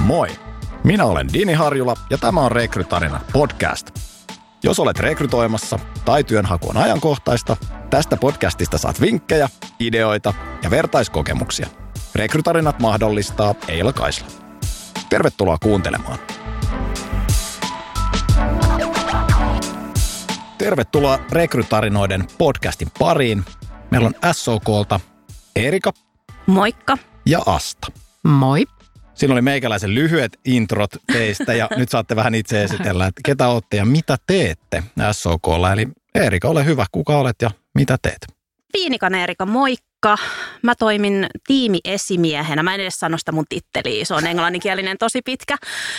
Moi! Minä olen Dini Harjula ja tämä on Rekrytarina podcast. Jos olet rekrytoimassa tai työnhaku on ajankohtaista, tästä podcastista saat vinkkejä, ideoita ja vertaiskokemuksia. Rekrytarinat mahdollistaa Eila Kaisla. Tervetuloa kuuntelemaan. Tervetuloa Rekrytarinoiden podcastin pariin. Meillä on SOK:lta Eerika. Moikka. Ja Asta. Moi. Siinä oli meikäläisen lyhyet introt teistä ja nyt saatte vähän itse esitellä, että ketä olette ja mitä teette SOK:lla. Eli Eerika, ole hyvä, kuka olet ja mitä teet? Viinikan Eerika, moikka. Mä toimin tiimiesimiehenä. Mä en edes sano sitä mun titteliä, se on englanninkielinen tosi pitkä.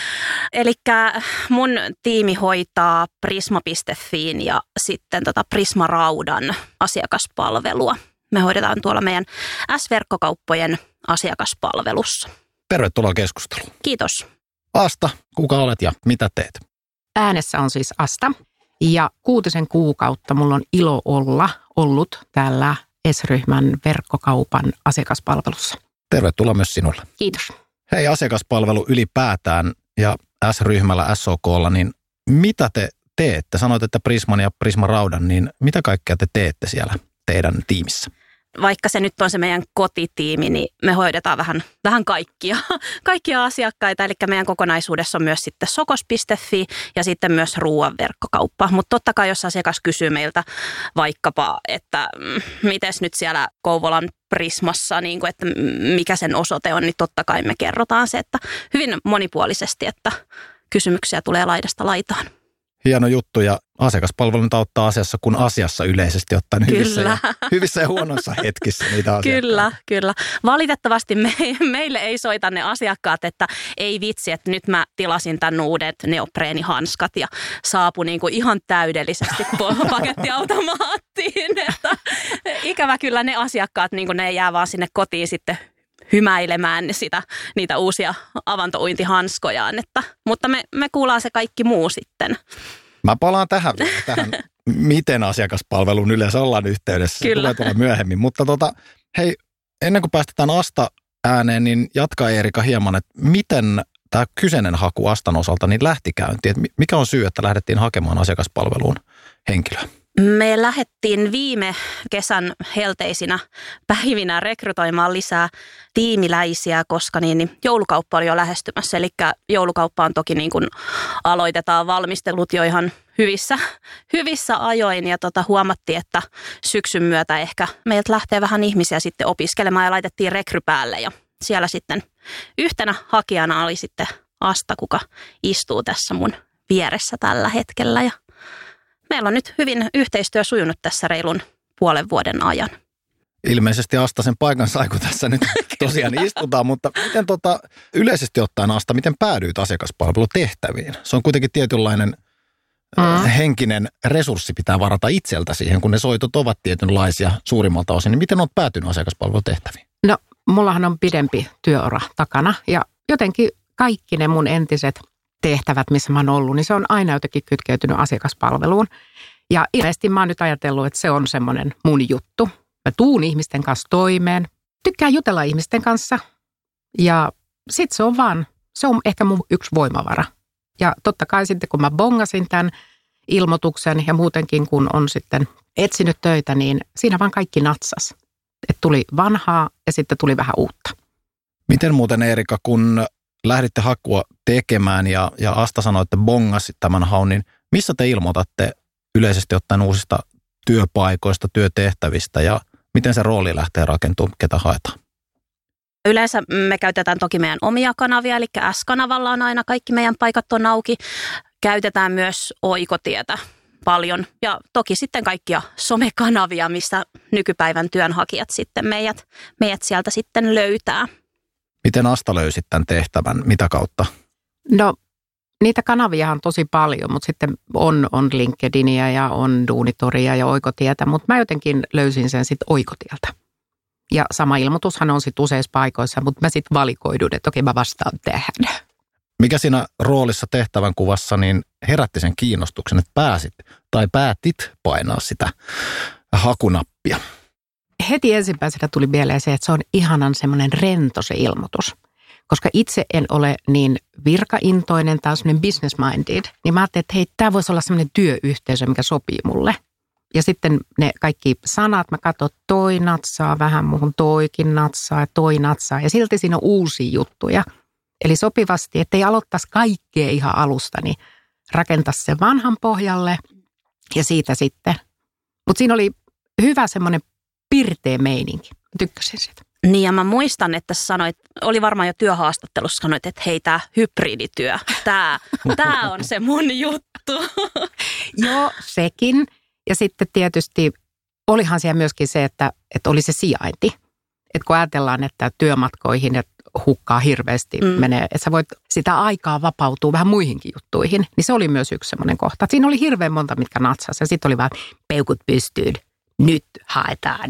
Elikkä mun tiimi hoitaa Prisma.fiin ja sitten Prisma Raudan asiakaspalvelua. Me hoidetaan tuolla meidän S-verkkokauppojen asiakaspalvelussa. Tervetuloa keskusteluun. Kiitos. Asta, kuka olet ja mitä teet? Äänessä on siis Asta ja 6 kuukautta mulla on ilo olla ollut täällä S-ryhmän verkkokaupan asiakaspalvelussa. Tervetuloa myös sinulle. Kiitos. Hei, asiakaspalvelu ylipäätään ja S-ryhmällä SOK:lla, niin mitä te teette? Sanoit, että Prisman ja Prisma Raudan, niin mitä kaikkea te teette siellä teidän tiimissä? Vaikka se nyt on se meidän kotitiimi, niin me hoidetaan vähän kaikkia asiakkaita. Eli meidän kokonaisuudessa on myös sitten sokos.fi ja sitten myös ruoan verkkokauppa. Mutta totta kai, jos asiakas kysyy meiltä vaikkapa, että mites nyt siellä Kouvolan Prismassa, niin kuin, että mikä sen osoite on, niin totta kai me kerrotaan se, että hyvin monipuolisesti, että kysymyksiä tulee laidasta laitaan. Hieno juttu ja asiakaspalvelunta ottaa asiassa kuin asiassa yleisesti ottaen hyvissä ja huonoissa hetkissä niitä asiakkaita. Kyllä. Valitettavasti meille ei soita ne asiakkaat, että ei vitsi, että nyt mä tilasin tämän uudet neopreenihanskat ja saapui niin kuin ihan täydellisesti pakettiautomaattiin. Että ikävä kyllä ne asiakkaat, niin kuin ne jää vaan sinne kotiin sitten hymäilemään niitä uusia avantouintihanskojaan. Mutta me kuullaan se kaikki muu sitten. Mä palaan tähän miten asiakaspalveluun yleensä ollaan yhteydessä. Kyllä. Se tulee myöhemmin. Mutta hei, ennen kuin päästetään Asta ääneen, niin jatka Eerika hieman, että miten tämä kyseinen haku Astan osalta niin lähti käyntiin? Että mikä on syy, että lähdettiin hakemaan asiakaspalveluun henkilöä? Me lähdettiin viime kesän helteisinä päivinä rekrytoimaan lisää tiimiläisiä, koska niin joulukauppa oli jo lähestymässä. Eli joulukauppa on toki niin kuin aloitetaan valmistelut jo ihan hyvissä ajoin ja huomattiin, että syksyn myötä ehkä meiltä lähtee vähän ihmisiä sitten opiskelemaan ja laitettiin rekry päälle. Ja siellä sitten yhtenä hakijana oli sitten Asta, kuka istuu tässä mun vieressä tällä hetkellä ja meillä on nyt hyvin yhteistyö sujunut tässä reilun puolen vuoden ajan. Ilmeisesti Asta sen paikan sai, kun tässä nyt tosiaan istutaan, mutta miten yleisesti ottaen Asta, miten päädyit asiakaspalvelutehtäviin? Se on kuitenkin tietynlainen henkinen resurssi pitää varata itseltä siihen, kun ne soitot ovat tietynlaisia suurimmalta osin. Niin miten olet päätynyt asiakaspalvelutehtäviin? No, mullahan on pidempi työura takana ja jotenkin kaikki ne mun entiset tehtävät, missä mä oon ollut, niin se on aina jotenkin kytkeytynyt asiakaspalveluun. Ja ilmeisesti mä oon nyt ajatellut, että se on semmoinen mun juttu. Mä tuun ihmisten kanssa toimeen, tykkään jutella ihmisten kanssa ja sit se on ehkä mun yksi voimavara. Ja totta kai sitten kun mä bongasin tämän ilmoituksen ja muutenkin kun on sitten etsinyt töitä, niin siinä vaan kaikki natsas. Että tuli vanhaa ja sitten tuli vähän uutta. Miten muuten Eerika, kun lähditte hakua tekemään ja Asta sanoi, että bongasit tämän haun, niin missä te ilmoitatte yleisesti ottaen uusista työpaikoista, työtehtävistä ja miten se rooli lähtee rakentumaan, ketä haetaan? Yleensä me käytetään toki meidän omia kanavia, eli S-kanavalla on aina kaikki meidän paikat on auki. Käytetään myös Oikotietä paljon ja toki sitten kaikkia somekanavia, missä nykypäivän työnhakijat sitten meidät sieltä sitten löytää. Miten Asta löysit tämän tehtävän? Mitä kautta? No, niitä kanavia on tosi paljon, mutta sitten on LinkedInia ja on Duunitoria ja Oikotietä, mutta mä jotenkin löysin sen sitten Oikotieltä. Ja sama ilmoitushan on sitten useissa paikoissa, mutta mä sitten valikoidun, että okei, mä vastaan tähän. Mikä siinä roolissa tehtävän kuvassa niin herätti sen kiinnostuksen, että päätit painaa sitä hakunappia? Heti ensimmäisenä tuli mieleen se, että se on ihanan semmoinen rento se ilmoitus. koska itse en ole niin virkaintoinen tai sellainen business minded, niin mä ajattelin, että hei, tämä voisi olla sellainen työyhteisö, mikä sopii mulle. Ja sitten ne kaikki sanat, mä katson, toi natsaa vähän muuhun, toikin natsaa ja toi natsaa. Ja silti siinä on uusia juttuja. Eli sopivasti, ettei aloittaisi kaikkea ihan alusta, niin rakentaisi sen vanhan pohjalle ja siitä sitten. Mutta siinä oli hyvä semmoinen pirteä meininki. Tykkäsin siitä. Niin ja mä muistan, että sanoit, oli varmaan jo työhaastattelussa, sanoit, että hei tää hybridityö, tää on se mun juttu. Joo, sekin. Ja sitten tietysti olihan siellä myöskin se, että oli se sijainti. Että kun ajatellaan, että työmatkoihin että hukkaa hirveästi menee, että sä voit sitä aikaa vapautua vähän muihinkin juttuihin, niin se oli myös yksi semmoinen kohta. Siinä oli hirveän monta, mitkä natsasi ja sitten oli vaan peukut pystyyn, nyt haetaan.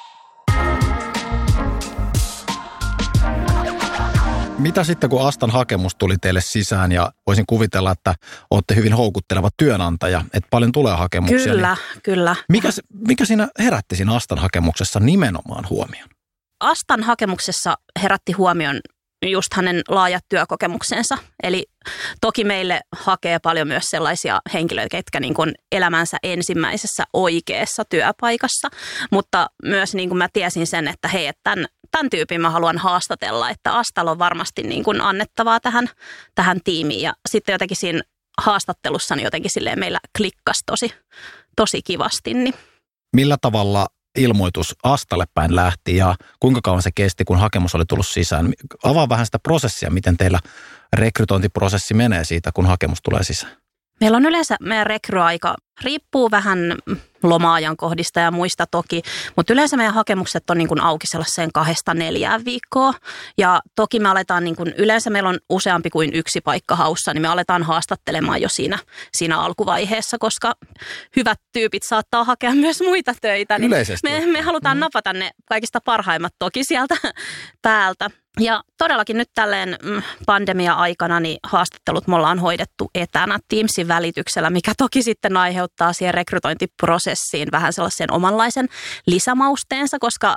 Mitä sitten, kun Astan hakemus tuli teille sisään ja voisin kuvitella, että olette hyvin houkutteleva työnantaja, että paljon tulee hakemuksia. Kyllä. Mikä siinä herätti siinä Astan hakemuksessa nimenomaan huomion? Astan hakemuksessa herätti huomion just hänen laajat työkokemuksensa. Eli toki meille hakee paljon myös sellaisia henkilöitä, ketkä niin kuin elämänsä ensimmäisessä oikeassa työpaikassa. Mutta myös niin kuin mä tiesin sen, että hei, että tämän tyypin mä haluan haastatella, että Astalla on varmasti niin kuin annettavaa tähän tiimiin. Ja sitten jotenkin siinä haastattelussa niin jotenkin silleen meillä klikkasi tosi kivasti. Niin. Millä tavalla ilmoitus Astalle päin lähti ja kuinka kauan se kesti, kun hakemus oli tullut sisään? Avaa vähän sitä prosessia, miten teillä rekrytointiprosessi menee siitä, kun hakemus tulee sisään. Meillä on yleensä meidän rekryaika, riippuu vähän loma-ajankohdista ja muista toki, mutta yleensä meidän hakemukset on niin kuin auki sellaiseen 2-4 viikkoa. Ja toki me aletaan, niin kuin, yleensä meillä on useampi kuin yksi paikka haussa, niin me aletaan haastattelemaan jo siinä alkuvaiheessa, koska hyvät tyypit saattaa hakea myös muita töitä. Niin me halutaan napata ne kaikista parhaimmat toki sieltä päältä. Ja todellakin nyt tälleen pandemia-aikana niin haastattelut me ollaan hoidettu etänä Teamsin välityksellä, mikä toki sitten aiheuttaa siihen rekrytointiprosessiin vähän sellaisen omanlaisen lisämausteensa, koska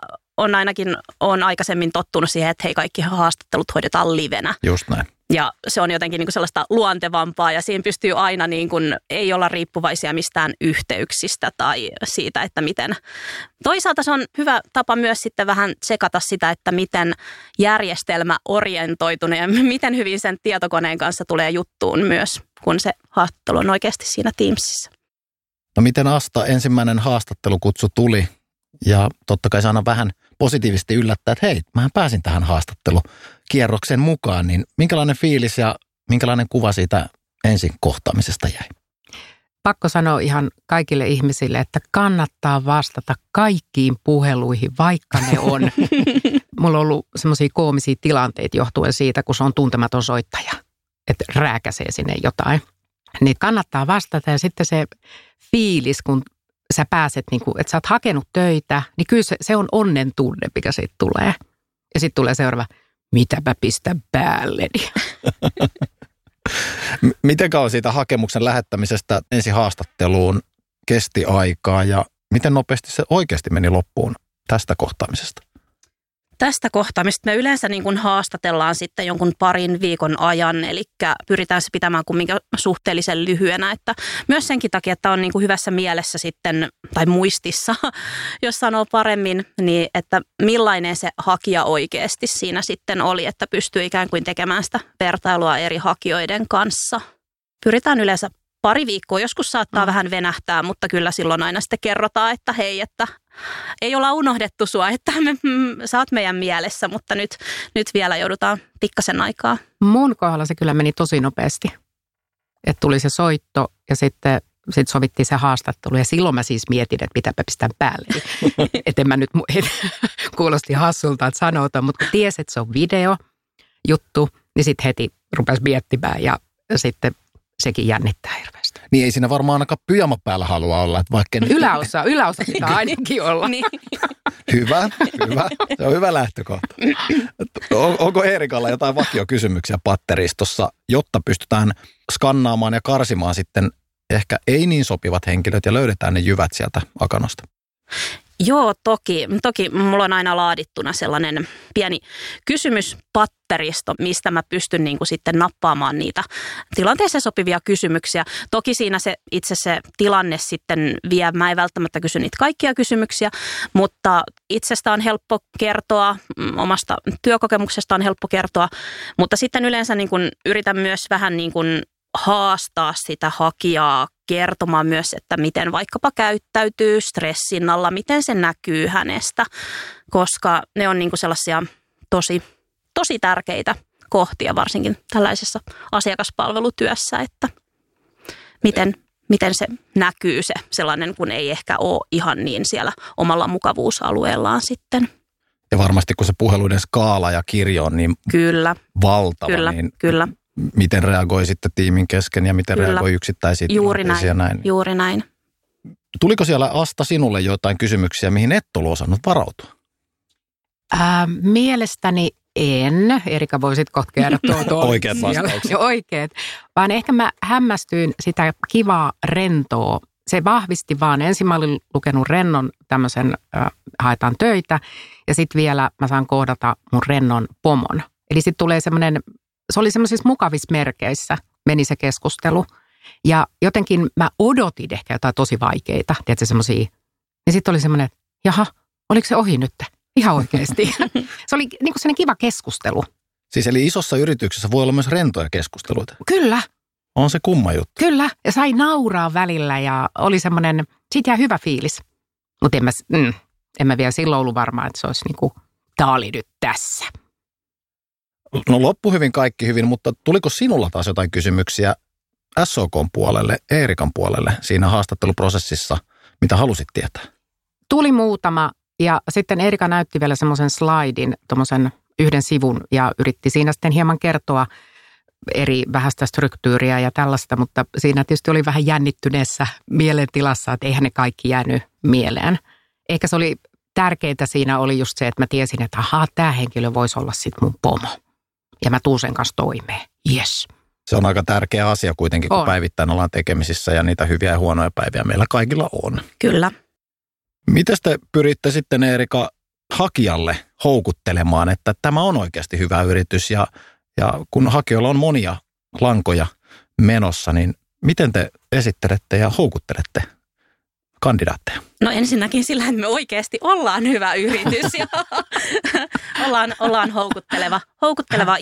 on aikaisemmin tottunut siihen, että hei, kaikki haastattelut hoidetaan livenä. Just näin. Ja se on jotenkin niin kuin sellaista luontevampaa ja siinä pystyy aina niin kuin, ei olla riippuvaisia mistään yhteyksistä tai siitä, että miten. Toisaalta se on hyvä tapa myös sitten vähän tsekata sitä, että miten järjestelmä orientoitunut ja miten hyvin sen tietokoneen kanssa tulee juttuun myös, kun se haastattelu on oikeasti siinä Teamsissa. No miten Asta ensimmäinen haastattelukutsu tuli ja totta kai se aina vähän positiivisesti yllättää, että hei, mähän pääsin tähän haastattelukierroksen mukaan, niin minkälainen fiilis ja minkälainen kuva siitä ensin kohtaamisesta jäi? Pakko sanoa ihan kaikille ihmisille, että kannattaa vastata kaikkiin puheluihin, vaikka ne on. Mulla on ollut semmoisia koomisia tilanteita johtuen siitä, kun se on tuntematon soittaja, että rääkäsee sinne jotain. Niin kannattaa vastata ja sitten se fiilis, kun sä pääset, niin kuin, että sä oot hakenut töitä, niin kyllä se on onnen tunne, mikä siitä tulee. Ja sitten tulee seuraava, mitäpä pistän päälleni. Miten kauan siitä hakemuksen lähettämisestä ensi haastatteluun kesti aikaa ja miten nopeasti se oikeasti meni loppuun tästä kohtaamisesta? Tästä kohtaamista me yleensä niin kuin haastatellaan sitten jonkun parin viikon ajan, eli pyritään se pitämään kumminkin suhteellisen lyhyenä, että myös senkin takia, että on niin kuin hyvässä mielessä sitten, tai muistissa, jos sanoo paremmin, niin että millainen se hakija oikeasti siinä sitten oli, että pystyy ikään kuin tekemään sitä vertailua eri hakijoiden kanssa. Pyritään yleensä pari viikkoa, joskus saattaa vähän venähtää, mutta kyllä silloin aina sitten kerrotaan, että hei, että ei olla unohdettu sua, että sä oot meidän mielessä, mutta nyt vielä joudutaan pikkasen aikaa. Mun kohdalla se kyllä meni tosi nopeasti. Että tuli se soitto ja sitten sovittiin se haastattelu ja silloin mä siis mietin, että mitäpä pistän päälle. Että en mä nyt, kuulosti hassulta, että sanota, mutta kun tiesi, että se on videojuttu, niin sitten heti rupesi miettimään ja sitten sekin jännittää hirveästi. Niin ei siinä varmaan ainakaan pyjama päällä halua olla. Että vaikka yläosa pitää ainakin olla. Niin. Hyvä. Se on hyvä lähtökohta. Onko Eerikalla jotain vakiokysymyksiä patteristossa, jotta pystytään skannaamaan ja karsimaan sitten ehkä ei niin sopivat henkilöt ja löydetään ne jyvät sieltä akanosta? Joo, toki mulla on aina laadittuna sellainen pieni kysymyspatteristo, mistä mä pystyn niin kuin sitten nappaamaan niitä tilanteeseen sopivia kysymyksiä. Toki siinä se tilanne sitten vie, mä en välttämättä kysy niitä kaikkia kysymyksiä, mutta itsestä on helppo kertoa, omasta työkokemuksesta on helppo kertoa, mutta sitten yleensä niin kuin yritän myös vähän niin kuin haastaa sitä hakijaa kertomaan myös, että miten vaikkapa käyttäytyy stressin alla, miten se näkyy hänestä, koska ne on niin kuin sellaisia tosi tärkeitä kohtia varsinkin tällaisessa asiakaspalvelutyössä, että miten se näkyy se sellainen, kun ei ehkä ole ihan niin siellä omalla mukavuusalueellaan sitten. Ja varmasti kun se puheluiden skaala ja kirjo on niin valtava, Kyllä. Miten reagoi sitten tiimin kesken ja miten reagoi yksittäisiä tilanteisiin ja näin. Juuri näin. Tuliko siellä, Asta, sinulle jotain kysymyksiä, mihin et ollut osannut varautua? Mielestäni en. Erika, voisit kohta kertoa oikeat vastaukset. Oikeat. Vaan ehkä mä hämmästyin sitä kivaa rentoa. Se vahvisti vaan. Ensin mä olin lukenut rennon tämmöisen haetaan töitä ja sitten vielä mä saan kohdata mun rennon pomon. Eli sitten tulee semmoinen, se oli semmoisissa mukavissa merkeissä meni se keskustelu. Ja jotenkin mä odotin ehkä jotain tosi vaikeita, tiedätkö semmoisia. Ja sitten oli semmoinen, että jaha, oliko se ohi nyt? Ihan oikeasti. Se oli niin kuin sellainen kiva keskustelu. Siis eli isossa yrityksessä voi olla myös rentoja keskusteluita? Kyllä. On se kumma juttu. Kyllä. Ja sai nauraa välillä ja oli semmoinen, siitä jää hyvä fiilis. Mutta en mä vielä silloin ollut varma, että se olisi niin kuin, tää oli nyt tässä. No loppu hyvin, kaikki hyvin, mutta tuliko sinulla taas jotain kysymyksiä SOK:n puolelle, Eerikan puolelle siinä haastatteluprosessissa, mitä halusit tietää? Tuli muutama ja sitten Eerika näytti vielä semmoisen slaidin, tommosen yhden sivun ja yritti siinä sitten hieman kertoa eri vähäistä struktuuria ja tällaista, mutta siinä tietysti oli vähän jännittyneessä mielentilassa, että eihän ne kaikki jäänyt mieleen. Ehkä se oli tärkeintä siinä oli just se, että mä tiesin, että tämä henkilö voisi olla sitten mun pomo. Ja mä tuun sen kanssa toimeen. Yes. Se on aika tärkeä asia kuitenkin, kun päivittäin ollaan tekemisissä ja niitä hyviä ja huonoja päiviä meillä kaikilla on. Kyllä. Miten te pyritte sitten, Eerika, hakijalle houkuttelemaan, että tämä on oikeasti hyvä yritys ja kun hakijoilla on monia lankoja menossa, niin miten te esittelette ja houkuttelette kandidaatteja? No ensinnäkin sillä, että me oikeasti ollaan hyvä yritys ja ollaan houkutteleva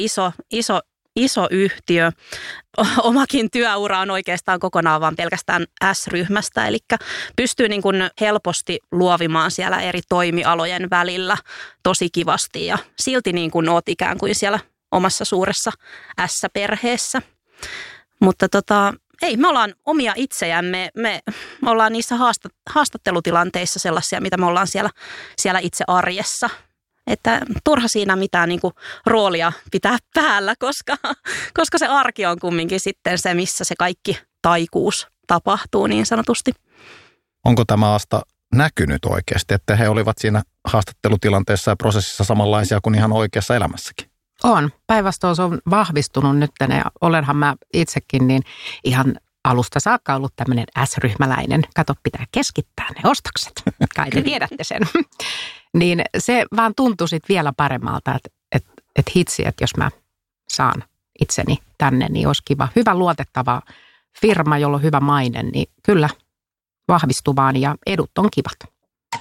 iso yhtiö. Omakin työura on oikeastaan kokonaan vaan pelkästään S-ryhmästä, eli pystyy niin kuin helposti luovimaan siellä eri toimialojen välillä tosi kivasti ja silti niin kuin oot ikään kuin siellä omassa suuressa S-perheessä. Mutta ei, me ollaan omia itsejämme. Me ollaan niissä haastattelutilanteissa sellaisia, mitä me ollaan siellä itse arjessa. Että turha siinä mitään niin kuin roolia pitää päällä, koska se arki on kumminkin sitten se, missä se kaikki taikuus tapahtuu niin sanotusti. Onko tämä Asta näkynyt oikeasti, että he olivat siinä haastattelutilanteessa ja prosessissa samanlaisia kuin ihan oikeassa elämässäkin? On. Päinvastoin se on vahvistunut nyt ja olenhan mä itsekin niin ihan alusta saakka ollut tämmöinen S-ryhmäläinen. Kato, pitää keskittää ne ostokset. Kai te tiedätte sen. Niin se vaan tuntui sitten vielä paremmalta, että hitsi, että jos mä saan itseni tänne, niin olisi kiva. Hyvä luotettava firma, jolla on hyvä maine, niin kyllä vahvistuvaan ja edut on kivat.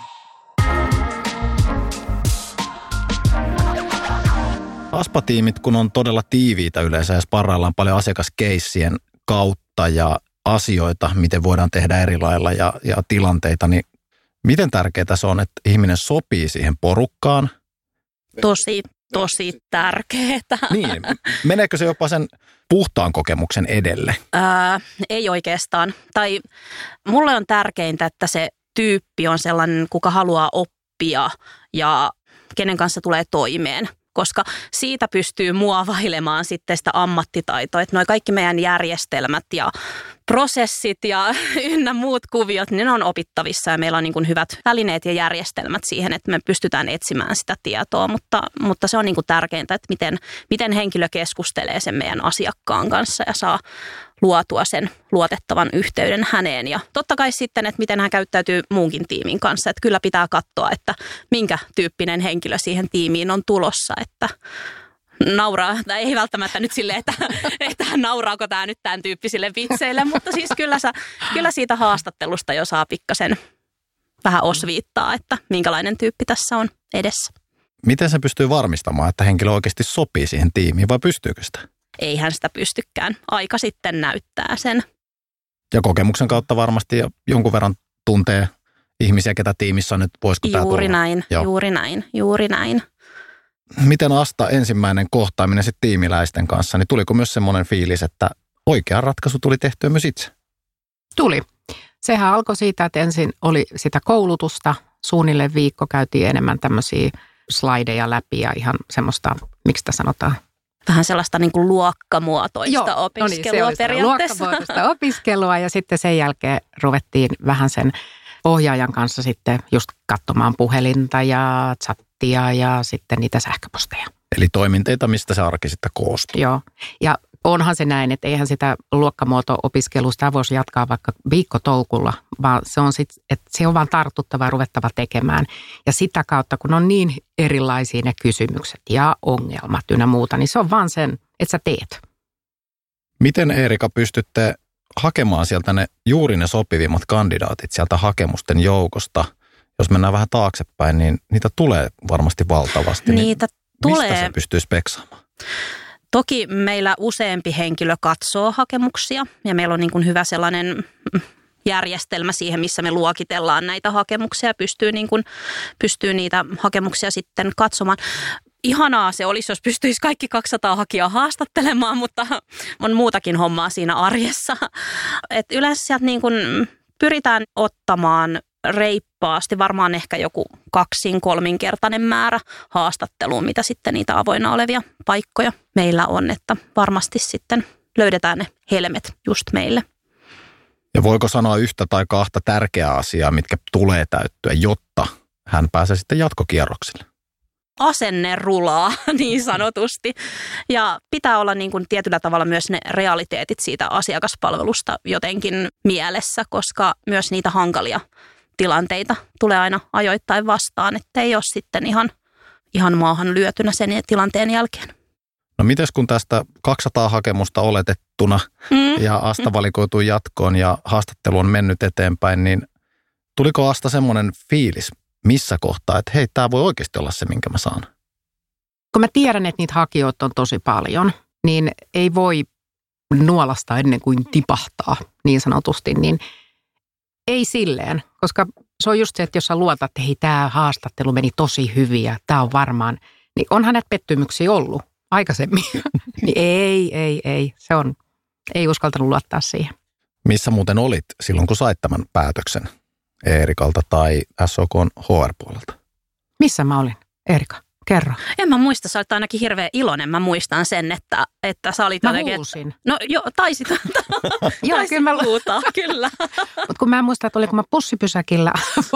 Aspa-tiimit, kun on todella tiiviitä yleensä ja sparraillaan paljon asiakaskeissien kautta ja asioita, miten voidaan tehdä eri lailla ja tilanteita, niin miten tärkeää se on, että ihminen sopii siihen porukkaan? Tosi tärkeää. Niin, meneekö se jopa sen puhtaan kokemuksen edelle? Ei oikeastaan. Tai mulle on tärkeintä, että se tyyppi on sellainen, kuka haluaa oppia ja kenen kanssa tulee toimeen. Koska siitä pystyy muovailemaan sitten sitä ammattitaitoa, että noi kaikki meidän järjestelmät ja prosessit ja ynnä muut kuviot, niin ne on opittavissa ja meillä on niin kuin hyvät välineet ja järjestelmät siihen, että me pystytään etsimään sitä tietoa, mutta se on niin kuin tärkeintä, että miten henkilö keskustelee sen meidän asiakkaan kanssa ja saa luotua sen luotettavan yhteyden häneen. Ja totta kai sitten, että miten hän käyttäytyy muunkin tiimin kanssa. Että kyllä pitää katsoa, että minkä tyyppinen henkilö siihen tiimiin on tulossa, että nauraa, tai ei välttämättä nyt silleen, että nauraako tämä nyt tämän tyyppisille vitseille, mutta siis kyllä siitä haastattelusta jo saa pikkasen vähän osviittaa, että minkälainen tyyppi tässä on edessä. Miten se pystyy varmistamaan, että henkilö oikeasti sopii siihen tiimiin vai pystyykö sitä? Eihän sitä pystykään. Aika sitten näyttää sen. Ja kokemuksen kautta varmasti jonkun verran tuntee ihmisiä, ketä tiimissä on, että voisiko tämä tulla. Juuri näin. Miten Asta ensimmäinen kohtaaminen sitten tiimiläisten kanssa, niin tuliko myös semmoinen fiilis, että oikea ratkaisu tuli tehtyä myös itse? Tuli. Sehän alkoi siitä, että ensin oli sitä koulutusta. Suunnilleen viikko käytiin enemmän tämmöisiä slideja läpi ja ihan semmoista, miksi sitä sanotaan? Vähän sellaista niin kuin luokkamuotoista opiskelua periaatteessa. Luokkamuotoista opiskelua ja sitten sen jälkeen ruvettiin vähän sen ohjaajan kanssa sitten just katsomaan puhelinta ja chattia ja sitten niitä sähköposteja. Eli toiminteita, mistä se arki sitten koostuu. Joo, ja onhan se näin, että eihän sitä luokkamuoto-opiskelusta voisi jatkaa vaikka viikkotolkulla, vaan se on sitten, että se on vaan tartuttava ja ruvettava tekemään. Ja sitä kautta, kun on niin erilaisia ne kysymykset ja ongelmat ynnä muuta, niin se on vaan sen, että sä teet. Miten Eerika pystytte hakemaan sieltä juuri ne sopivimmat kandidaatit sieltä hakemusten joukosta? Jos mennään vähän taaksepäin, niin niitä tulee varmasti valtavasti. Niitä niin tulee. Mistä se pystyy speksaamaan? Toki meillä useampi henkilö katsoo hakemuksia ja meillä on niin kuin hyvä sellainen järjestelmä siihen, missä me luokitellaan näitä hakemuksia ja pystyy niitä hakemuksia sitten katsomaan. Ihanaa se olisi, jos pystyisi kaikki 200 hakijaa haastattelemaan, mutta on muutakin hommaa siinä arjessa. Et yleensä sieltä niin kuin pyritään ottamaan reippaasti, varmaan ehkä joku 2-3-kertainen määrä haastatteluun, mitä sitten niitä avoinna olevia paikkoja meillä on, että varmasti sitten löydetään ne helmet just meille. Ja voiko sanoa yhtä tai kahta tärkeää asiaa, mitkä tulee täyttyä, jotta hän pääsee sitten jatkokierrokselle? Asenne rulaa niin sanotusti ja pitää olla niin kuin tietyllä tavalla myös ne realiteetit siitä asiakaspalvelusta jotenkin mielessä, koska myös niitä hankalia tilanteita tulee aina ajoittain vastaan, ettei ole sitten ihan maahan lyötynä sen tilanteen jälkeen. No mites kun tästä 200 hakemusta oletettuna ja Asta valikoitui jatkoon ja haastattelu on mennyt eteenpäin, niin tuliko Asta semmoinen fiilis missä kohtaa, että hei, tämä voi oikeasti olla se, minkä mä saan? Kun mä tiedän, että niitä hakijoita on tosi paljon, niin ei voi nuolasta ennen kuin tipahtaa niin sanotusti, niin ei silleen, koska se on just se, että jos sä luotat, että hei, tämä haastattelu meni tosi hyvin ja tämä on varmaan, niin onhan näitä pettymyksiä ollut aikaisemmin. Niin ei, se on, ei uskaltanut luottaa siihen. Missä muuten olit silloin, kun sait tämän päätöksen Eerikalta tai SOK:n HR-puolelta? Missä mä olin, Eerika? Kerro. En mä muista, sä olit ainakin hirveän iloinen. Mä muistan sen, että sä olit jotenkin... Mä huusin. No joo, taisit huutaa, kyllä. Mutta kun mä en muista, että oliko mä bussipysäkillä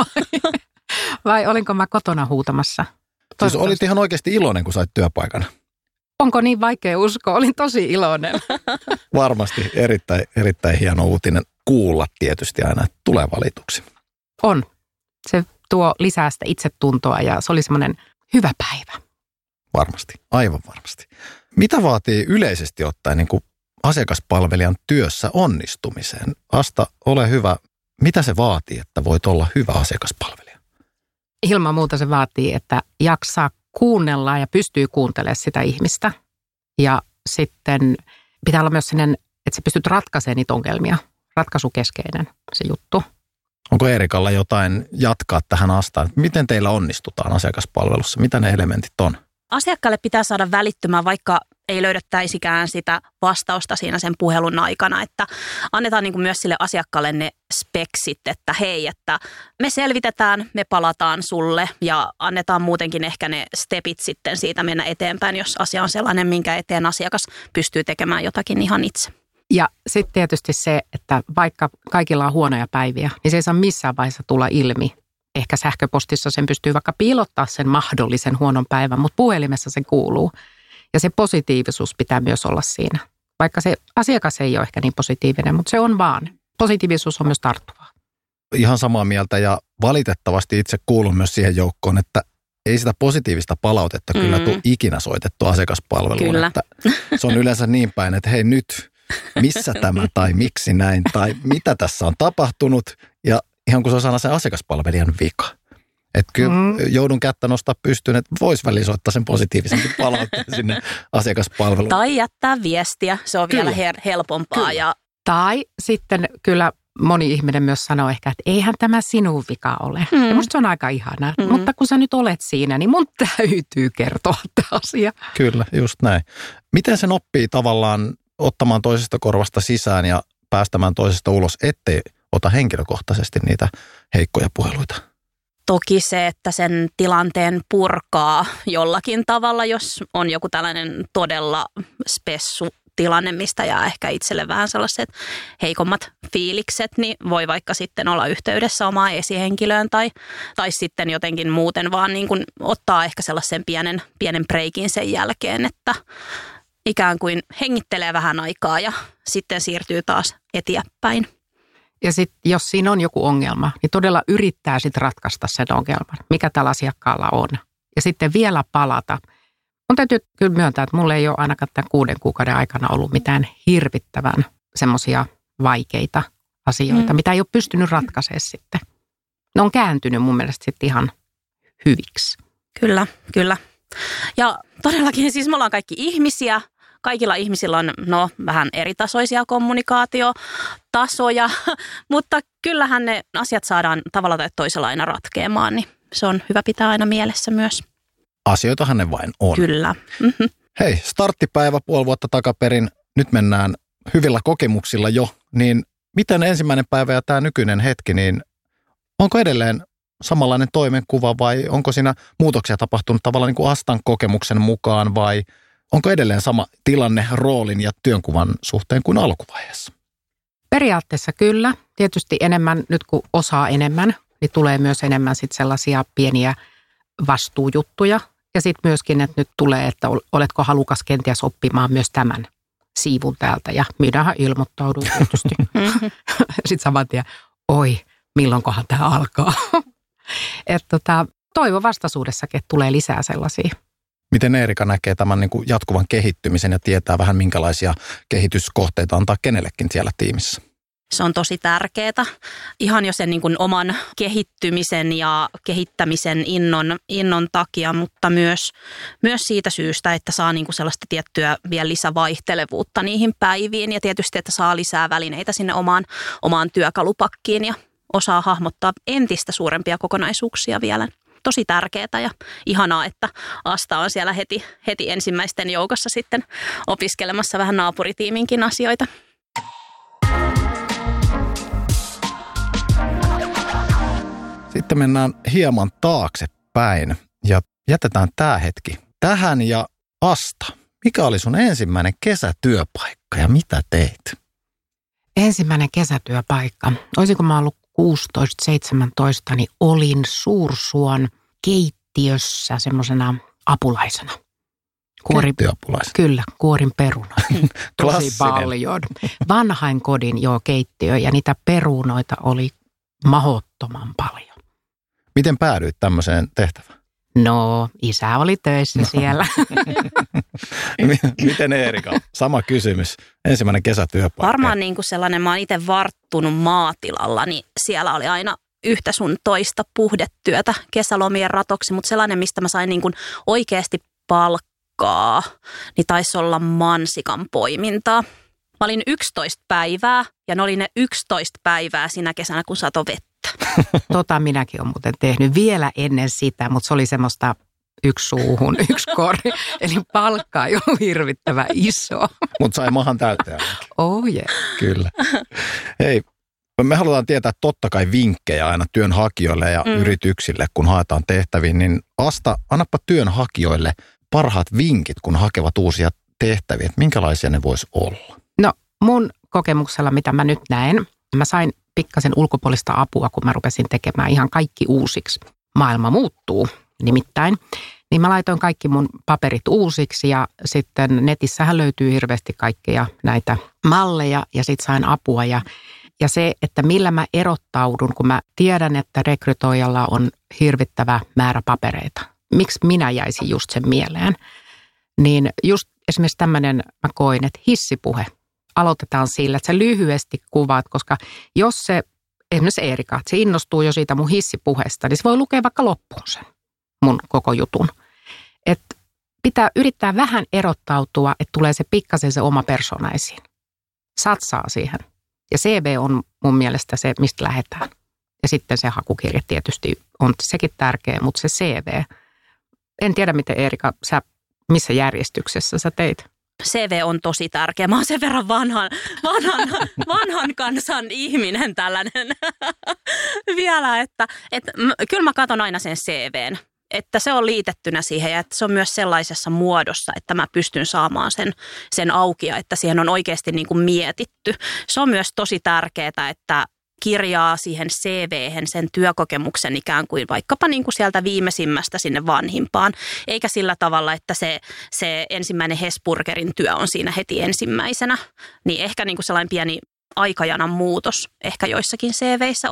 vai olinko mä kotona huutamassa. Siis olit ihan oikeasti iloinen, kun sait työpaikan. Onko niin vaikea uskoa? Olin tosi iloinen. Varmasti erittäin hieno uutinen kuulla tietysti aina, että tulee valituksi. On. Se tuo lisää sitä itsetuntoa ja se oli semmoinen hyvä päivä. Varmasti, aivan varmasti. Mitä vaatii yleisesti ottaen niin kuin asiakaspalvelijan työssä onnistumiseen? Asta, ole hyvä. Mitä se vaatii, että voit olla hyvä asiakaspalvelija? Ilman muuta se vaatii, että jaksaa kuunnella ja pystyy kuuntelemaan sitä ihmistä. Ja sitten pitää olla myös sellainen, että sä pystyt ratkaisemaan niitä ongelmia. Ratkaisukeskeinen se juttu. Onko Eerikalla jotain jatkaa tähän Astaan? Miten teillä onnistutaan asiakaspalvelussa? Mitä ne elementit on? Asiakkaalle pitää saada välittymään, vaikka ei löydettäisikään sitä vastausta siinä sen puhelun aikana, että annetaan niin kuin myös sille asiakkaalle ne speksit, että hei, että me selvitetään, me palataan sulle ja annetaan muutenkin ehkä ne stepit sitten siitä mennä eteenpäin, jos asia on sellainen, minkä eteen asiakas pystyy tekemään jotakin ihan itse. Ja sitten tietysti se, että vaikka kaikilla on huonoja päiviä, niin se ei saa missään vaiheessa tulla ilmi. Ehkä sähköpostissa sen pystyy vaikka piilottaa sen mahdollisen huonon päivän, mutta puhelimessa se kuuluu. Ja se positiivisuus pitää myös olla siinä. Vaikka se asiakas ei ole ehkä niin positiivinen, mutta se on vaan. Positiivisuus on myös tarttuvaa. Ihan samaa mieltä ja valitettavasti itse kuulun myös siihen joukkoon, että ei sitä positiivista palautetta kyllä tule ikinä soitettu asiakaspalveluun. Kyllä. Että se on yleensä niin päin, että hei nyt, missä tämä tai miksi näin tai mitä tässä on tapahtunut. Ja ihan kuin se on aina sen asiakaspalvelijan vika. Että kyllä joudun kättä nostaa pystyyn, että voisi väliin soittaa sen positiivisenkin palautteen sinne asiakaspalveluun. Tai jättää viestiä, se on vielä helpompaa. Ja tai sitten kyllä moni ihminen myös sanoo ehkä, että eihän tämä sinun vika ole. Ja musta se on aika ihanaa. Mutta kun sä nyt olet siinä, niin mun täytyy kertoa tämä asia. Kyllä, just näin. Miten sen oppii tavallaan ottamaan toisesta korvasta sisään ja päästämään toisesta ulos, ettei ota henkilökohtaisesti niitä heikkoja puheluita? toki se, että sen tilanteen purkaa jollakin tavalla, jos on joku tällainen todella spessu tilanne, mistä jää ehkä itselle vähän sellaiset heikommat fiilikset, niin voi vaikka sitten olla yhteydessä omaan esihenkilöön tai sitten jotenkin muuten vaan niin kuin ottaa ehkä sellaisen pienen breikin sen jälkeen, että ikään kuin hengittelee vähän aikaa ja sitten siirtyy taas eteenpäin. Ja sitten jos siinä on joku ongelma, niin todella yrittää sitten ratkaista sen ongelman, mikä tällä asiakkaalla on. Ja sitten vielä palata. Mun täytyy kyllä myöntää, että mulla ei ole ainakaan tämän 6 kuukauden aikana ollut mitään hirvittävän semmoisia vaikeita asioita, mitä ei ole pystynyt ratkaisemaan sitten. Ne on kääntynyt mun mielestä sitten ihan hyviksi. Kyllä, kyllä. Ja todellakin siis me ollaan kaikki ihmisiä. Kaikilla ihmisillä on vähän eritasoisia kommunikaatiotasoja, mutta kyllähän ne asiat saadaan tavalla tai toisella aina ratkeamaan, niin se on hyvä pitää aina mielessä myös. Asioitahan ne vain on. Kyllä. Mm-hmm. Hei, starttipäivä 5 vuotta takaperin. Nyt mennään hyvillä kokemuksilla jo. Niin miten ensimmäinen päivä ja tämä nykyinen hetki, niin onko edelleen samanlainen toimenkuva vai onko siinä muutoksia tapahtunut tavallaan niin kuin Astan kokemuksen mukaan vai onko edelleen sama tilanne roolin ja työnkuvan suhteen kuin alkuvaiheessa? Periaatteessa kyllä. Tietysti enemmän, nyt kun osaa enemmän, niin tulee myös enemmän sitten sellaisia pieniä vastuujuttuja. Ja sitten myöskin, että nyt tulee, että oletko halukas kenties oppimaan myös tämän siivun täältä. Ja minähän ilmoittaudun tietysti. Sitten saman tien, oi, milloinkohan tämä alkaa. Että toivon vastaisuudessakin, että tulee lisää sellaisia. Miten Eerika näkee tämän niin kuin jatkuvan kehittymisen ja tietää vähän minkälaisia kehityskohteita antaa kenellekin siellä tiimissä? Se on tosi tärkeää. Ihan jo sen niin kuin oman kehittymisen ja kehittämisen innon takia, mutta myös siitä syystä, että saa niin kuin sellaista tiettyä vielä lisävaihtelevuutta niihin päiviin. Ja tietysti, että saa lisää välineitä sinne omaan työkalupakkiin ja osaa hahmottaa entistä suurempia kokonaisuuksia vielä. Tosi tärkeää ja ihanaa, että Asta on siellä heti ensimmäisten joukossa sitten opiskelemassa vähän naapuritiiminkin asioita. Sitten mennään hieman taaksepäin ja jätetään tämä hetki tähän ja Asta. Mikä oli sun ensimmäinen kesätyöpaikka ja mitä teit? Ensimmäinen kesätyöpaikka. Olisiko mä ollut 16-17, niin olin Suursuon keittiössä semmoisena apulaisena. Keittiöapulaisena? Kyllä, kuorin perunoita. Tosi paljon. Vanhainkodin keittiö ja niitä perunoita oli mahdottoman paljon. Miten päädyit tämmöiseen tehtävään? No, isä oli töissä siellä. Miten Eerika? Sama kysymys. Ensimmäinen kesätyöpaikka. Varmaan niin kuin sellainen, mä oon itse varttunut maatilalla, niin siellä oli aina yhtä sun toista puhdetyötä kesälomien ratoksi, mutta sellainen, mistä mä sain niin kuin oikeasti palkkaa, niin taisi olla mansikan poimintaa. Mä olin 11 päivää ja ne oli ne 11 päivää siinä kesänä, kun satoi vettä. Minäkin olen muuten tehnyt vielä ennen sitä, mutta se oli semmoista yksi suuhun, yksi kori. Eli palkka ei ollut hirvittävän iso. Mutta sai mahan täyteen. Oh yeah. Kyllä. Hei, me halutaan tietää totta kai vinkkejä aina työnhakijoille ja yrityksille, kun haetaan tehtäviin. Niin Asta, annapa työnhakijoille parhaat vinkit, kun hakevat uusia tehtäviä. Että minkälaisia ne vois olla? No mun kokemuksella, mitä mä nyt näen, mä sain pikkasen ulkopuolista apua, kun mä rupesin tekemään ihan kaikki uusiksi. Maailma muuttuu nimittäin. Niin mä laitoin kaikki mun paperit uusiksi ja sitten netissähän löytyy hirveästi kaikkea näitä malleja ja sitten sain apua. Ja se, että millä mä erottaudun, kun mä tiedän, että rekrytoijalla on hirvittävä määrä papereita. Miksi minä jäisin just sen mieleen? Niin just esimerkiksi tämmöinen mä koin, että hissipuhe. Aloitetaan sillä, että sä lyhyesti kuvaat, koska jos se, esimerkiksi Eerika, että se innostuu jo siitä mun hissipuheesta, niin se voi lukea vaikka loppuun sen mun koko jutun. Että pitää yrittää vähän erottautua, että tulee se pikkasen se oma persona esiin. Satsaa siihen. Ja CV on mun mielestä se, mistä lähdetään. Ja sitten se hakukirja tietysti on sekin tärkeä, mutta se CV. En tiedä, miten Eerika, missä järjestyksessä sä teit? CV on tosi tärkeä. Mä oon sen verran vanhan kansan ihminen tällainen vielä, että kyllä mä katson aina sen CVn. Että se on liitettynä siihen ja että se on myös sellaisessa muodossa, että mä pystyn saamaan sen auki ja että siihen on oikeasti niin kuin mietitty. Se on myös tosi tärkeää, että kirjaa siihen CV:hen sen työkokemuksen ikään kuin vaikkapa niin kuin sieltä viimeisimmästä sinne vanhimpaan, eikä sillä tavalla, että se ensimmäinen Hesburgerin työ on siinä heti ensimmäisenä. Niin ehkä niin kuin sellainen pieni aikajanan muutos ehkä joissakin CVissä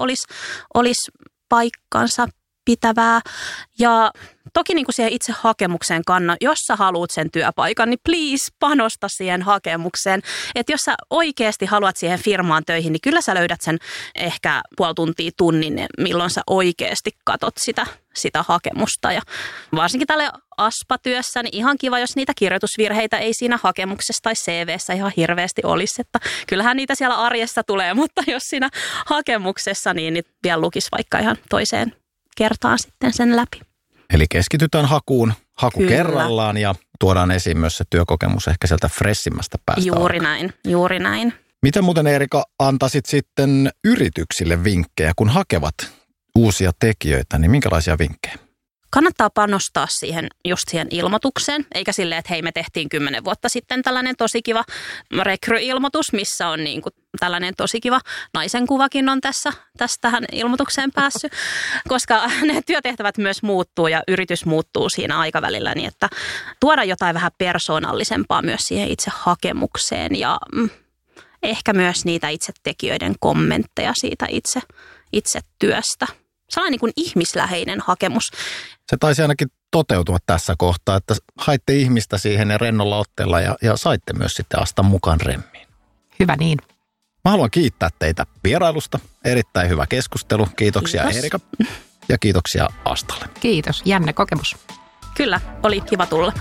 olisi paikkansa pitävää. Ja toki niin kuin siihen itse hakemukseen jos sä haluat sen työpaikan, niin please panosta siihen hakemukseen. Että jos sä oikeasti haluat siihen firmaan töihin, niin kyllä sä löydät sen ehkä puoli tuntia tunnin, milloin sä oikeasti katot sitä hakemusta. Ja varsinkin tälle aspatyössä, niin ihan kiva, jos niitä kirjoitusvirheitä ei siinä hakemuksessa tai CV:ssä ihan hirveästi olisi. Että kyllähän niitä siellä arjessa tulee, mutta jos siinä hakemuksessa, niin vielä lukisi vaikka ihan toiseen kertaan sitten sen läpi. Eli keskitytään haku Kyllä. kerrallaan ja tuodaan esiin myös se työkokemus ehkä sieltä fressimmästä päästä. Juuri näin. Miten muuten Eerika antaisit sitten yrityksille vinkkejä, kun hakevat uusia tekijöitä, niin minkälaisia vinkkejä? Kannattaa panostaa just siihen ilmoitukseen, eikä silleen, että hei me tehtiin 10 vuotta sitten tällainen tosi kiva rekry-ilmoitus, missä on niin kuin tällainen tosi kiva naisen kuvakin on tähän ilmoitukseen päässyt, koska ne työtehtävät myös muuttuu ja yritys muuttuu siinä aikavälillä, niin että tuoda jotain vähän persoonallisempaa myös siihen itse hakemukseen ja ehkä myös niitä itse tekijöiden kommentteja siitä itse työstä. Sellainen niin kuin ihmisläheinen hakemus. Se taisi ainakin toteutua tässä kohtaa, että haitte ihmistä siihen ja rennolla otteella ja saitte myös sitten Astan mukaan remmiin. Hyvä niin. Mä haluan kiittää teitä vierailusta. Erittäin hyvä keskustelu. Kiitoksia Kiitos. Eerika ja kiitoksia Astalle. Kiitos. Jännä kokemus. Kyllä, oli kiva tulla.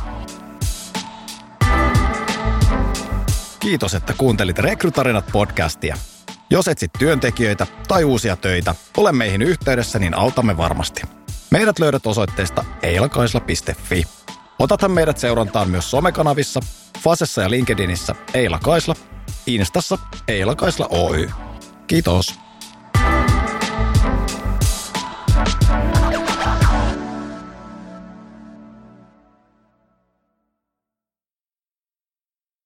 Kiitos, että kuuntelit Rekrytarinat podcastia. Jos etsit työntekijöitä tai uusia töitä, ole meihin yhteydessä, niin autamme varmasti. Meidät löydät osoitteesta eilakaisla.fi. Otathan meidät seurantaan myös somekanavissa, Fasessa ja LinkedInissä Eila Kaisla, Instassa Eila Kaisla Oy. Kiitos.